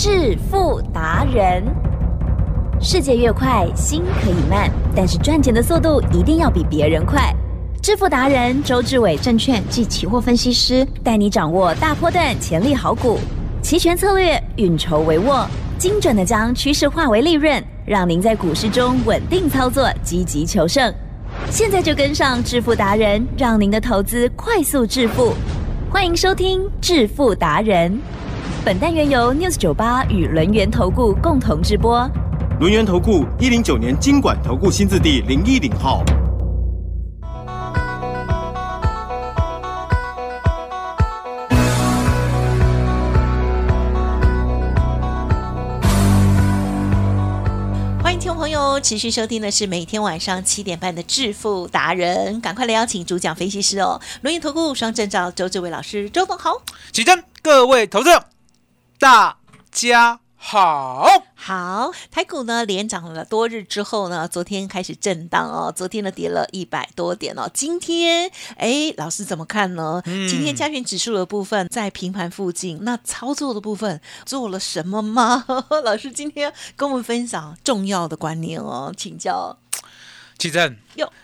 致富达人。世界越快，心可以慢，但是赚钱的速度一定要比别人快。致富达人周志伟证券及期货分析师带你掌握大波段潜力好股，期权策略运筹帷幄，精准的将趋势化为利润，让您在股市中稳定操作，积极求胜。现在就跟上致富达人，让您的投资快速致富。欢迎收听致富达人。本单元由 News98 与轮源投顾共同直播。 轮源投顾109年金管投顾新字第010号。 欢迎听众朋友持续收听的是每天晚上7点半的致富达人，赶快来邀请主讲分析师哦，轮源投顾双证照周志伟老师，周董好。 起真，各位投资者大家好。 好，台股呢连涨了多日之后呢，昨天开始震荡哦，昨天呢跌了100多点哦，今天老师怎么看呢？今天加权指数的部分在平盘附近，那操作的部分做了什么吗？老师今天跟我们分享重要的观念哦，请教。 起真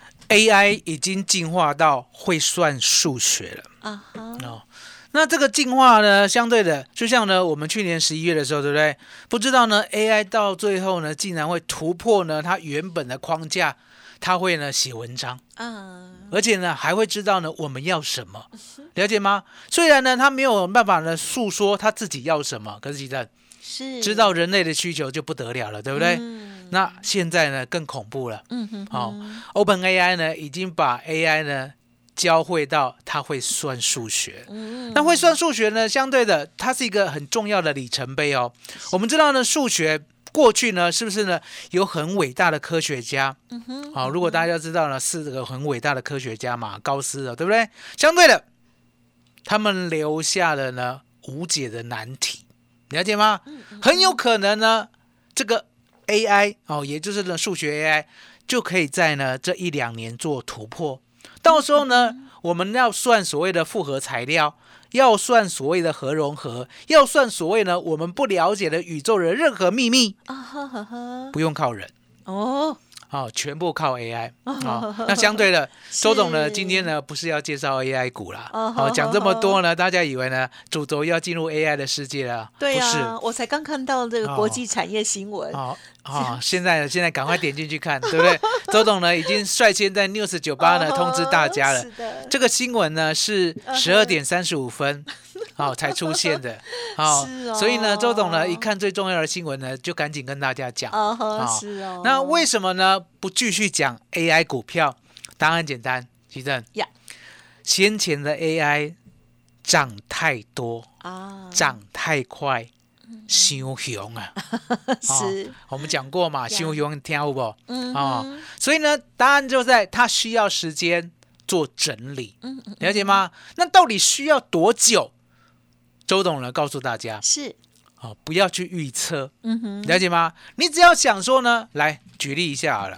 ，AI 已经进化到会算数学了啊哈哦。那这个进化呢，相对的，就像呢，我们去年11月的时候，对不对？不知道呢 ，AI 到最后呢，竟然会突破呢它原本的框架，它会呢写文章，而且呢还会知道呢我们要什么，了解吗？虽然呢它没有办法呢诉说它自己要什么，可是其实是知道人类的需求就不得了了，对不对？那现在呢更恐怖了，OpenAI 呢已经把 AI 呢教会到他会算数学，那会算数学呢，相对的，它是一个很重要的里程碑哦。我们知道呢，数学过去呢，是不是呢有很伟大的科学家？好，如果大家知道呢，是这个很伟大的科学家嘛，高斯的，对不对？相对的，他们留下了呢无解的难题，了解吗？很有可能呢，这个 AI 也就是呢数学 AI 就可以在呢这1-2年做突破。到时候呢，我们要算所谓的复合材料，要算所谓的核融合，要算所谓呢我们不了解的宇宙的任何秘密，不用靠人全部靠 AI 那相对的，周董呢今天呢不是要介绍 AI 股啦，讲这么多呢，大家以为呢主轴要进入 AI 的世界了， 对啊， 不是， 我才刚看到这个国际产业新闻。 现在赶快点进去看，对不对？周董呢已经率先在 News98 呢通知大家了，这个新闻呢是12点35分才出现的，所以呢周董呢一看最重要的新闻呢，就赶紧跟大家讲。那为什么呢不继续讲 AI 股票？答案很简单，其正先前的 AI 涨太多涨太快。太凶啊！ 是， 我们讲过嘛，太凶听有不？所以呢，答案就在它需要时间做整理，了解吗？那到底需要多久？周董呢告诉大家是， 不要去预测，了解吗？你只要想说呢，来举例一下好了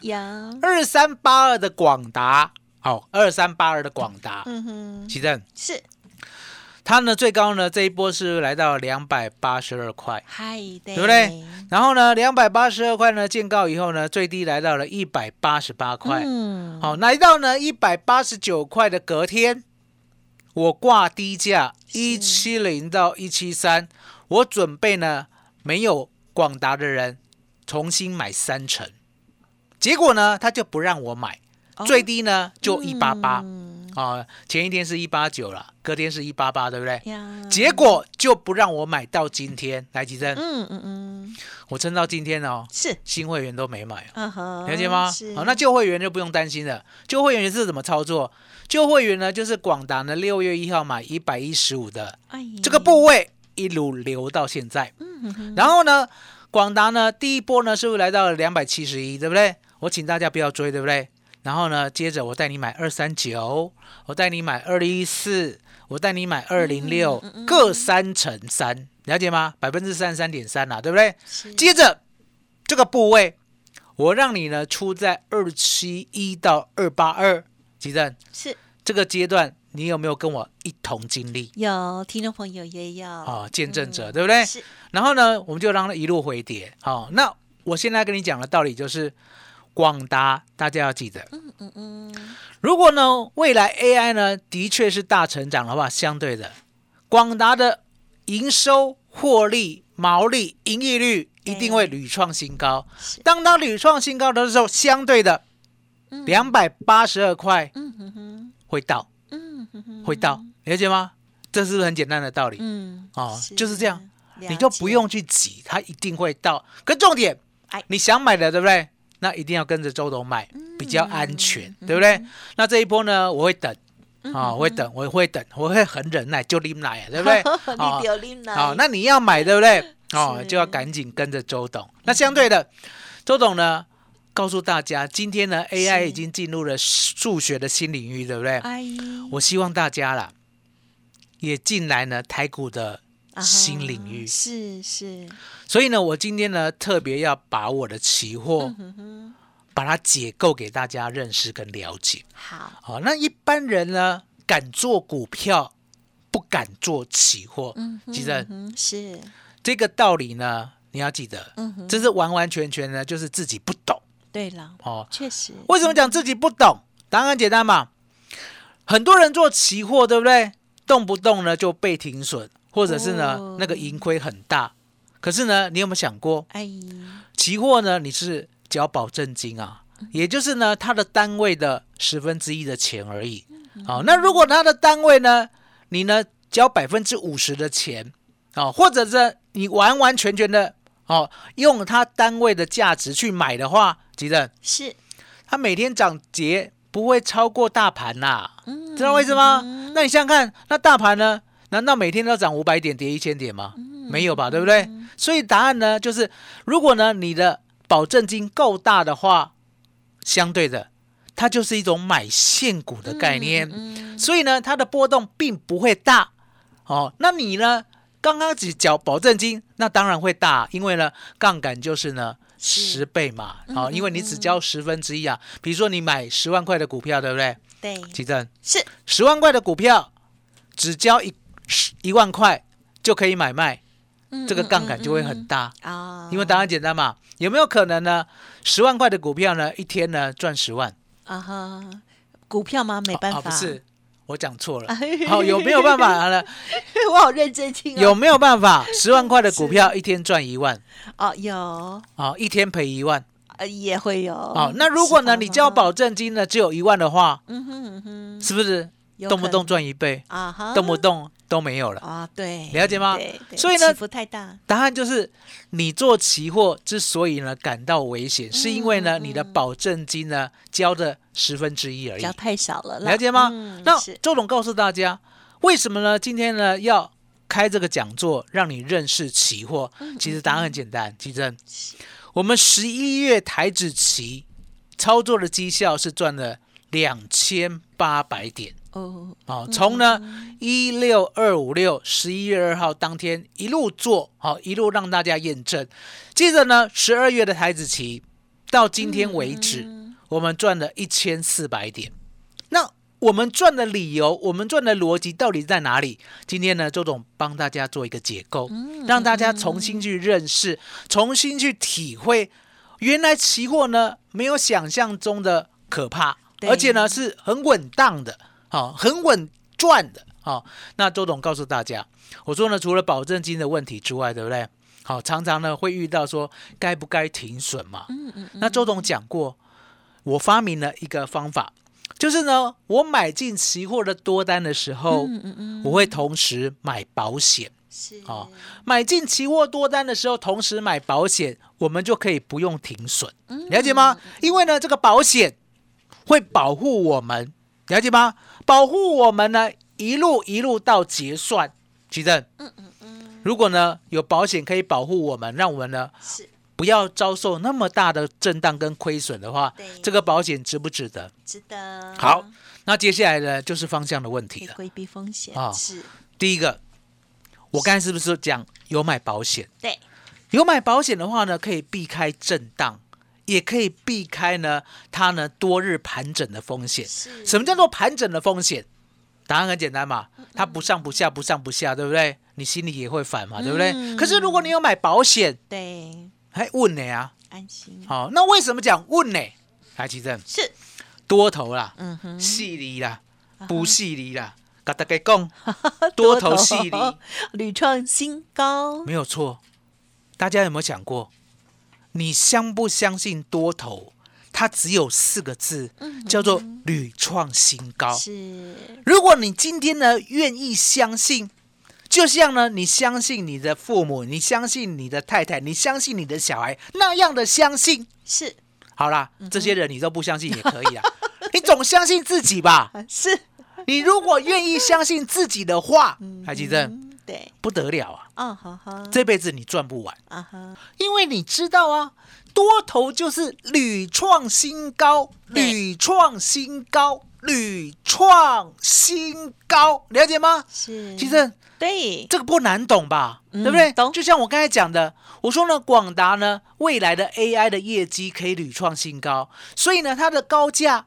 ，2382的广达，2382的广达，奇正是。 它呢最高呢这一波是来到282块， 对不对？然后呢282块呢见高以后呢，最低来到了188块，来到呢189块的隔天，我挂低价170到173，我准备呢没有广达的人重新买3成，结果呢他就不让我买，最低呢就188。前一天是189了，隔天是188，对不对？结果就不让我买到今天，来吉珍，我撑到今天是新会员都没买，了解吗？那旧会员就不用担心了。旧会员是怎么操作？旧会员呢，就是广达呢6月1号买115的，这个部位一路留到现在，然后呢，广达呢第一波呢是不是来到了271，对不对？我请大家不要追，对不对？然后呢，接着我带你买239，我带你买214，我带你买206，各3乘3，了解吗？33.3%啦，对不对？接着这个部位，我让你呢出在271到282，吉正是这个阶段， 你有没有跟我一同经历？ 有听众朋友也有见证者，对不对？ 是。 然后呢，我们就让它一路回跌。那我现在跟你讲的道理就是，广达大家要记得，如果呢未来 AI 呢的确是大成长的话，相对的，广达的营收、获利、毛利、盈利率一定会屡创新高。当它屡创新高的时候，相对的282块会到，会到，了解吗？这是不是很简单的道理？就是这样，你就不用去挤，它一定会到。可重点，你想买的，对不对？那一定要跟着周董买，比较安全，对不对？那这一波呢，我会等。我会等，我会很忍耐，就拎来，对不对？ 你就拎来。 那你要买，对不对？就要赶紧跟着周董。那相对的，周董呢，告诉大家，今天呢 ，AI 已经进入了数学的新领域，对不对？我希望大家啦，也进来呢台股的新领域。 是。 所以呢，我今天呢，特别要把我的期货。把它解构给大家认识跟了解。好，那一般人呢，敢做股票，不敢做期货。记得是这个道理呢，你要记得。这是完完全全呢，就是自己不懂。 对了，确实。 为什么讲自己不懂？答案很简单嘛。很多人做期货，对不对？动不动呢就被停损，或者是呢那个盈亏很大。可是呢，你有没有想过？期货呢，你是缴保证金啊，也就是呢，它的单位的1/10的钱而已。那如果它的单位呢，你呢交50%的钱，或者是你完完全全的用它单位的价值去买的话，记得是它每天涨跌不会超过大盘啦，知道为什么？那你想想看，那大盘呢，难道每天都涨500点跌1000点吗？没有吧，对不对？所以答案呢，就是如果呢你的保证金够大的话，相对的，它就是一种买现股的概念，所以呢，它的波动并不会大。那你呢，刚刚只缴保证金，那当然会大，因为呢，杠杆就是呢10倍嘛，因为你只交1/10啊。比如说你买10万块的股票，对不对？ 对， 奇正是 10万块的股票，只交1万块就可以买卖。这个杠杆就会很大因为答案简单嘛。有没有可能呢？10万块的股票呢，一天呢赚10万股票吗？没办法， 不是，我讲错了。有没有办法呢？ 我好认真听有没有办法？10万块的股票一天赚1万？ 有一天赔1万？ 也会有。 那如果呢，你交保证金呢只有1万的话，是不是动不动赚1倍动不动都没有了对， 了解吗？所以呢，起伏太大。 答案就是你做期货之所以呢感到危险，是因为呢你的保证金呢交的1/10而已， 交太少了， 了解吗？那周董告诉大家，为什么呢？今天呢要开这个讲座，让你认识期货。其实答案很简单，其实我们11月台指期操作的绩效是赚了2800点。从呢16256 11月2号当天一路做，一路让大家验证。接着呢12月的台指期到今天为止，我们赚了1400点。那我们赚的理由，我们赚的逻辑到底在哪里？今天呢，周总帮大家做一个解构，让大家重新去认识，重新去体会，原来期货呢没有想象中的可怕，而且呢是很稳当的。很稳赚的。那周董告诉大家，我说呢，除了保证金的问题之外，对不对？常常呢会遇到说该不该停损嘛。那周董讲过，我发明了一个方法，就是呢，我买进期货的多单的时候，我会同时买保险。买进期货多单的时候，同时买保险，我们就可以不用停损，了解吗？因为呢，这个保险会保护我们。了解吗？保护我们呢，一路到结算。其正，如果呢有保险可以保护我们，让我们呢不要遭受那么大的震荡跟亏损的话，这个保险值不值得？ 值得。 好，那接下来呢就是方向的问题了。 规避风险是第一个。我刚才是不是讲有买保险？ 对， 有买保险的话呢，可以避开震荡。也可以避开呢它呢多日盘整的风险。什么叫做盘整的风险？ 答案很简单嘛，它不上不下，不上不下，对不对？你心里也会烦嘛，对不对？可是如果你有买保险， 对， 还问你啊， 安心。 好，那为什么讲问呢？来，奇正是多头啦，细离啦，不细离啦，跟大家讲，多头细离， 屡创新高， 没有错。大家有没有想过，你相不相信多头？它只有4个字，叫做屡创新高。 是， 如果你今天呢愿意相信，就像呢你相信你的父母，你相信你的太太，你相信你的小孩那样的相信， 是。 好啦，这些人你都不相信也可以啦，你总相信自己吧。 是， 你如果愿意相信自己的话，海基正， 对， 不得了啊！ 好好， 这辈子你赚不完啊哈， 因为你知道啊，多头就是屡创新高，屡创新高，屡创新高，了解吗？ 是， 其实对， 这个不难懂吧？对不对？ 懂。 就像我刚才讲的，我说呢，广达呢未来的 AI 的业绩可以屡创新高，所以呢它的高价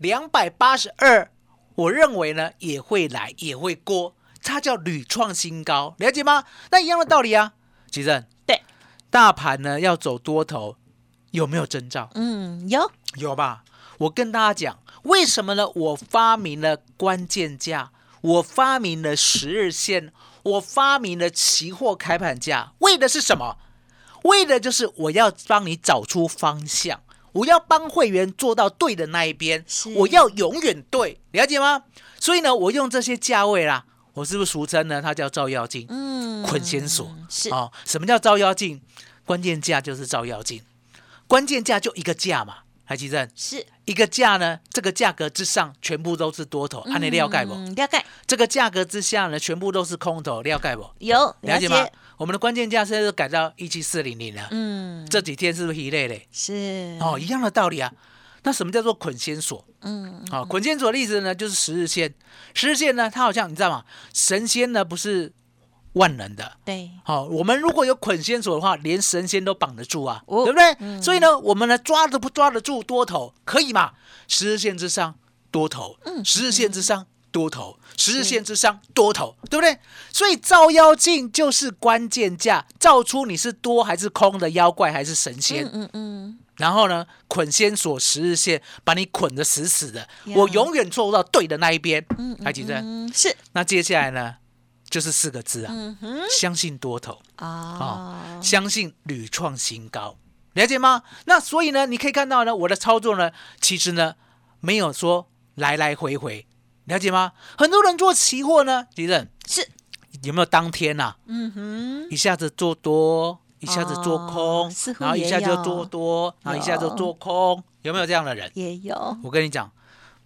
282，我认为呢也会来，也会过。它叫屡创新高，了解吗？那一样的道理啊，其实对， 大盘呢要走多头，有没有征兆？有吧？我跟大家讲，为什么呢？我发明了关键价，我发明了10日线，我发明了期货开盘价，为的是什么？为的就是我要帮你找出方向，我要帮会员做到对的那一边，我要永远对，了解吗？所以呢，我用这些价位啦。我是不是俗称呢？它叫照妖镜，捆仙索。 是哦，什么叫照妖镜？关键价就是照妖镜，关键价就一个价嘛，还记得？ 是一个价呢，这个价格之上全部都是多头，按你了解不？ 了解。 这个价格之下呢，全部都是空头，了解不？ 有了解吗？我们的关键价现在都改到17400了。这几天是不是一类嘞？ 是哦，一样的道理啊。那什么叫做捆仙索？捆仙索的例子呢，就是10日线。10日线呢，它好像你知道吗？神仙呢不是万能的， 对。 我们如果有捆仙索的话，连神仙都绑得住啊，对不对？所以呢，我们呢抓得住多头，可以嘛？10日线之上多头，10日线之上多头，10日线之上多头，对不对？所以照妖镜就是关键价，照出你是多还是空的妖怪还是神仙。然后呢，捆仙索10日线把你捆得死死的，我永远做到对的那一边。还记得？ 是。 那接下来呢，就是4个字啊，相信多头相信屡创新高，了解吗？那所以呢，你可以看到呢，我的操作呢，其实呢没有说来来回回，了解吗？很多人做期货呢，敌人是有没有当天啊？一下子做多。一下子做空，然后一下就做多，然后一下就做空，有没有这样的人？ 也有。 我跟你讲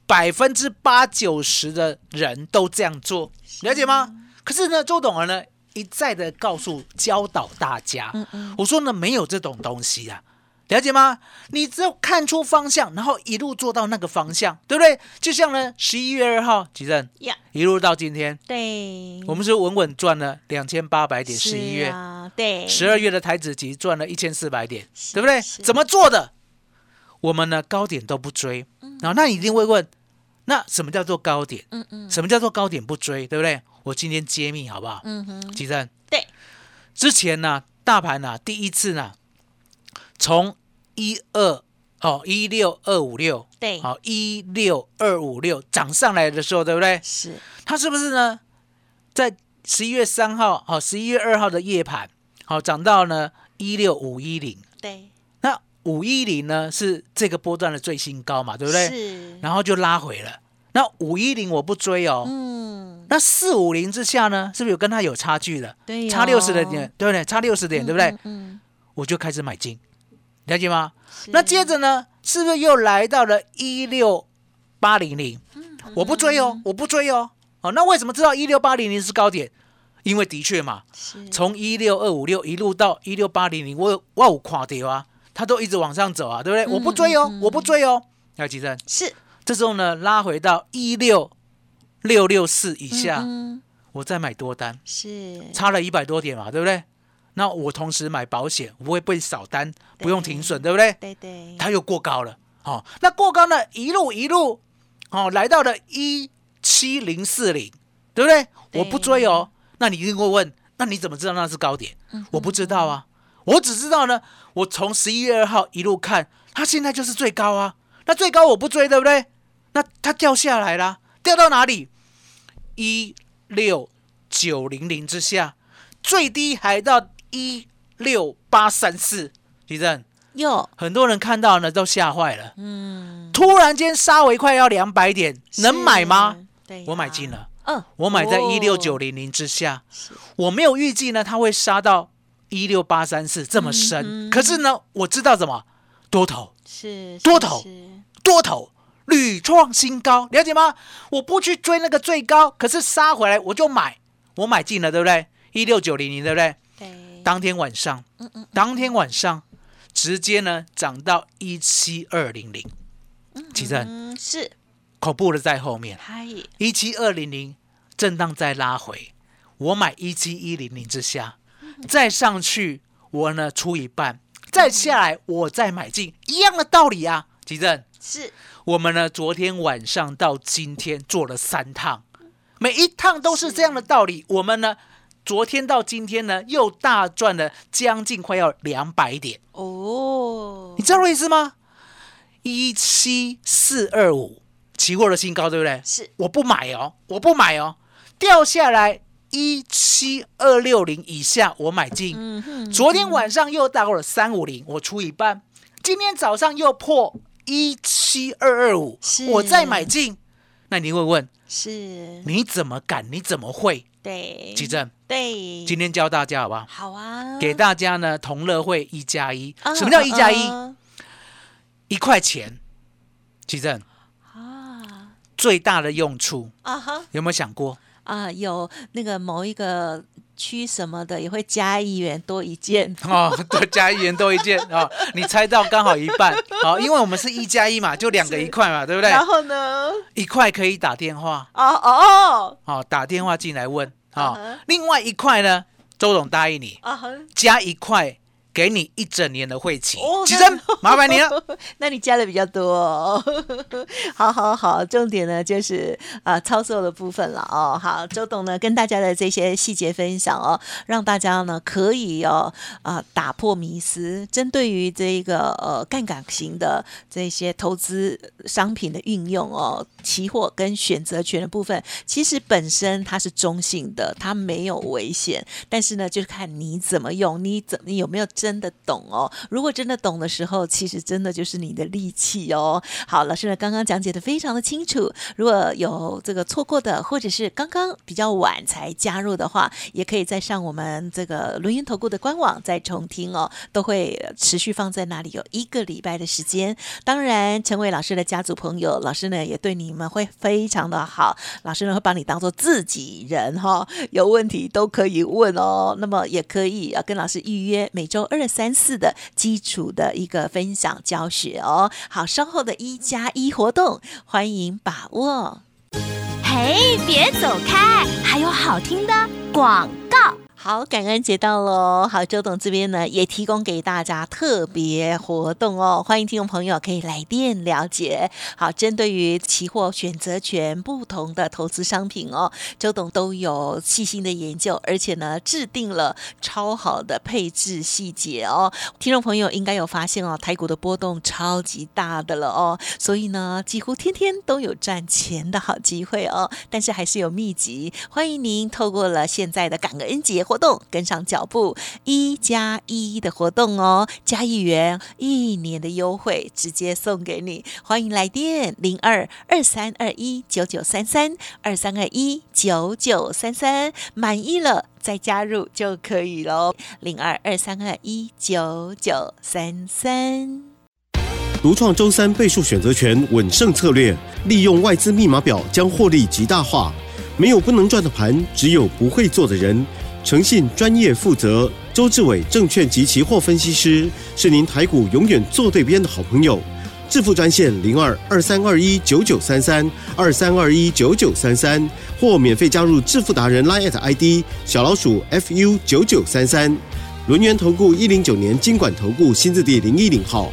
，80%-90%的人都这样做，了解吗？可是呢，周董儿呢一再的教导大家，我说呢，没有这种东西啊，了解吗？你只有看出方向，然后一路做到那个方向，对不对？就像呢，11月2号，吉正一路到今天， 对， 我们是稳稳赚了2800点，11月。 对 ，12月的台指期赚了1400点，对不对？怎么做的？我们呢高点都不追，那你一定会问，那什么叫做高点？什么叫做高点不追？对不对？我今天揭秘好不好？吉正， 对， 之前呢，大盘呢第一次呢，从16256， 对 16256涨上来的时候，对不对？ 是， 它是不是呢？在11月3号，11月2号的夜盘，涨到呢16510， 对， 那510呢是这个波段的最新高嘛，对不对？ 是， 然后就拉回了。那510我不追哦，那450之下呢，是不是有跟它有差距了？ 对， 差60的点，对不对？差60点，对不对？我就开始买进，了解吗？那接着呢，是不是又来到了16800？我不追哦，我不追哦。那为什么知道16800是高点？因为的确嘛，从16256一路到16800，我有看到啊，它都一直往上走啊，对不对？我不追哦，我不追哦。要记得是， 这时候呢，拉回到16664以下，我再买多单， 是差了100多点嘛，对不对？那我同时买保险，不会被扫单，不用停损，对不对？ 对对， 它又过高了，那过高呢，一路来到了 7040，对不对？我不追哦。那你一定会问，那你怎么知道那是高点？我不知道啊，我只知道呢，我从11月2号一路看，它现在就是最高啊。那最高我不追，对不对？那它掉下来了，掉到哪里？16900之下，最低还到16834。其实很多人看到呢都吓坏了。突然间杀回快要200点，能买吗？对，我买进了。我买在16900之下，我没有预计呢它会杀到16834这么深。可是呢，我知道什么？多头屡创新高，了解吗？我不去追那个最高，可是杀回来我就买，我买进了，对不对？16900，对不对？对。当天晚上直接呢涨到17200，其实是恐怖的在后面，17200震荡再拉回，我买17100之下，再上去我呢出一半，再下来我再买进，一样的道理啊。其实是我们呢昨天晚上到今天做了3趟，每一趟都是这样的道理。我们呢昨天到今天呢又大赚了将近快要200点哦，你知道我意思吗？17425期货的新高，对不对？ 是， 我不买哦，掉下来17260以下我买进。昨天晚上又到了350，我出一半。今天早上又破17225，我再买进。那你会问， 是你怎么敢？你怎么会？ 对， 奇正， 对， 今天教大家好不好？ 好啊， 给大家呢同乐会1+1。什么叫1+1？1块钱，奇正啊，最大的用处有没有想过？ 有那个某一个区什么的也会加1元多一件对，加1元多一件你猜到刚好一半因为我们是1+1嘛，就2个1块嘛，对不对？ 然后呢 ，1块可以打电话打电话进来问另外1块呢，周董答应你加1块。给你1整年的会期，其实麻烦你了。 那你加的比较多好，重点呢就是操作的部分了好，周董呢跟大家的这些细节分享让大家呢可以打破迷思，针对于这个杠杆型的这些投资商品的运用期货跟选择权的部分，其实本身它是中性的，它没有危险，但是呢就是看你怎么用，你有没有真的懂如果真的懂的时候，其实真的就是你的利器好，老师呢刚刚讲解的非常的清楚，如果有这个错过的，或者是刚刚比较晚才加入的话，也可以再上我们这个轮源投顾的官网再重听都会持续放在那里，有1个礼拜的时间。当然成为老师的家族朋友，老师呢也对你们会非常的好，老师呢会把你当做自己人有问题都可以问那么也可以跟老师预约每周2、3、4的基础的一个分享教学好，稍后的1+1活动欢迎把握。 嘿，别走开，还有好听的广告。 好，感恩节到喽！好，周董这边呢也提供给大家特别活动欢迎听众朋友可以来电了解。好，针对于期货、选择权不同的投资商品周董都有细心的研究，而且呢制定了超好的配置细节听众朋友应该有发现台股的波动超级大的了所以呢几乎天天都有赚钱的好机会但是还是有秘籍，欢迎您透过了现在的感恩节活动跟上脚步，1+1的活动加1元1年的优惠直接送给你，欢迎来电02-2321-9933 满意了再加入就可以咯02-2321-9933。 独创周3倍数选择权稳胜策略，利用外资密码表将获利极大化。没有不能赚的盘，只有不会做的人。诚信、专业、负责，周志伟证券及期货分析师是您台股永远坐对边的好朋友。致富专线02-2321-9933 2321-9933，或免费加入致富达人 LINE@ ID 小老鼠 FU9933。轮源投顾109年金管投顾新字第010号。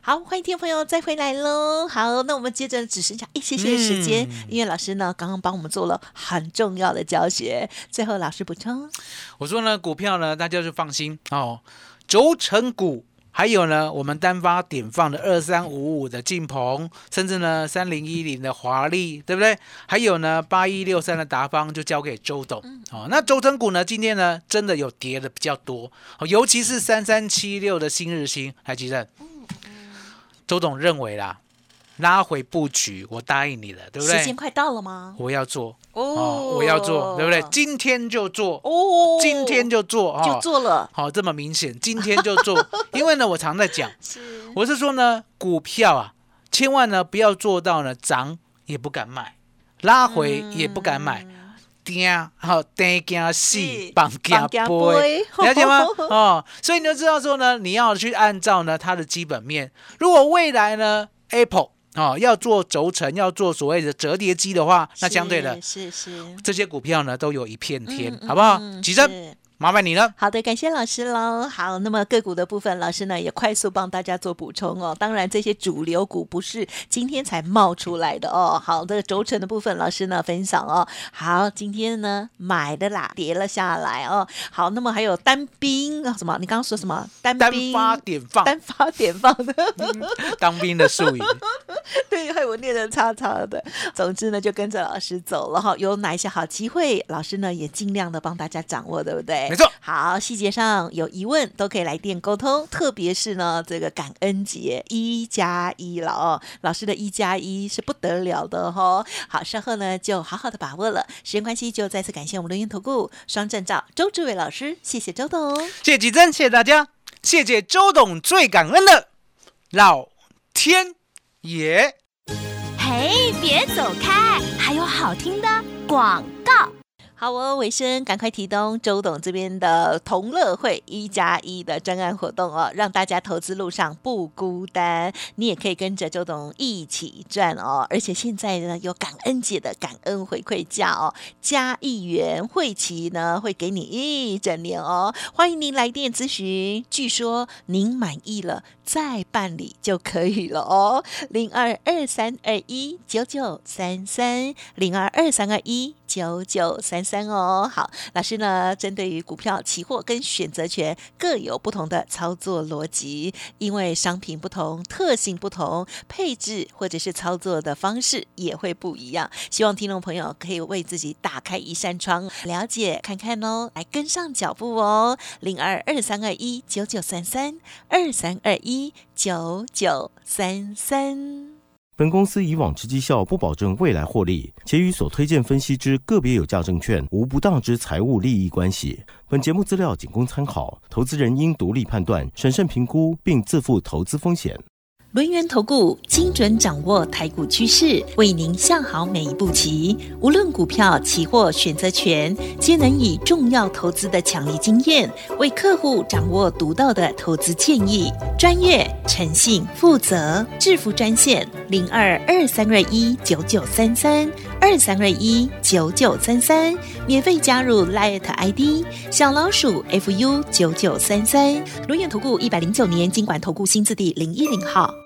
好，欢迎听众朋友再回来喽。好，那我们接着只剩下一些些时间，因为老师呢刚刚帮我们做了很重要的教学。最后老师补充， 我说呢，股票呢大家就放心哦，轴承股。还有呢，我们单发点放的2355的晋鹏，甚至呢3010的华丽，对不对？还有呢8163的达方就交给周董。那轴承股呢，今天呢真的有跌的比较多，尤其是3376的新日新，还记得？周董认为啦，拉回布局，我答应你了，对不对？ 时间快到了吗？ 我要做我要做，对不对？今天就做今天就做就做了。 好，这么明显，今天就做。因为呢，我常在讲，我是说呢，股票啊，千万呢不要做到呢涨也不敢买，拉回也不敢买。跌惊死，绑惊杯，了解吗？所以你就知道说呢，你要去按照呢它的基本面。如果未来呢 Apple 要做轴承，要做所谓的折叠机的话，那相对的，这些股票呢都有一片天，好不好？吉珍。麻烦你了。 好的，感谢老师喽。好，那么个股的部分，老师呢也快速帮大家做补充哦。当然，这些主流股不是今天才冒出来的哦。好的，轴承的部分，老师呢分享哦。好，今天呢买的啦，跌了下来哦。好，那么还有单兵什么？你刚刚说什么？单发点放的， 当兵的术语。 对，害我念得差的。总之呢，就跟着老师走了哈。有哪一些好机会，老师呢也尽量的帮大家掌握，对不对？ 没错。 好，细节上有疑问都可以来电沟通，特别是呢这个感恩节1+1了哦，老师的1+1是不得了的哦。好，稍后呢就好好的把握了。时间关系，就再次感谢我们轮源投顾双证照周志伟老师，谢谢周董， 谢谢吉珍，谢谢大家，谢谢周董，最感恩的老天爷。 嘿，别走开，还有好听的广告。 好哦，尾声赶快提供周董这边的同乐会1+1的专案活动哦，让大家投资路上不孤单，你也可以跟着周董一起赚哦。而且现在呢有感恩节的感恩回馈价哦，加1元会期呢会给你1整年哦。欢迎您来电咨询，据说您满意了再办理就可以了哦。0223219933，0223219933哦。好，老师呢针对于股票、期货跟选择权各有不同的操作逻辑，因为商品不同、特性不同，配置或者是操作的方式也会不一样。希望听众朋友可以为自己打开一扇窗，了解看看哦，来跟上脚步哦。0223219933，23219933。 本公司以往之绩效不保证未来获利，且与所推荐分析之个别有价证券无不当之财务利益关系。本节目资料仅供参考，投资人应独立判断、审慎评估，并自负投资风险。 轮源投顾精准掌握台股趋势，为您下好每一步棋。无论股票、期货、选择权，皆能以重要投资的强力经验，为客户掌握独到的投资建议。专业、诚信、负责，致富专线0223219933，23219933，免费加入 LINE ID 小老鼠 FU9933。轮源投顾109年金管投顾新字第010号。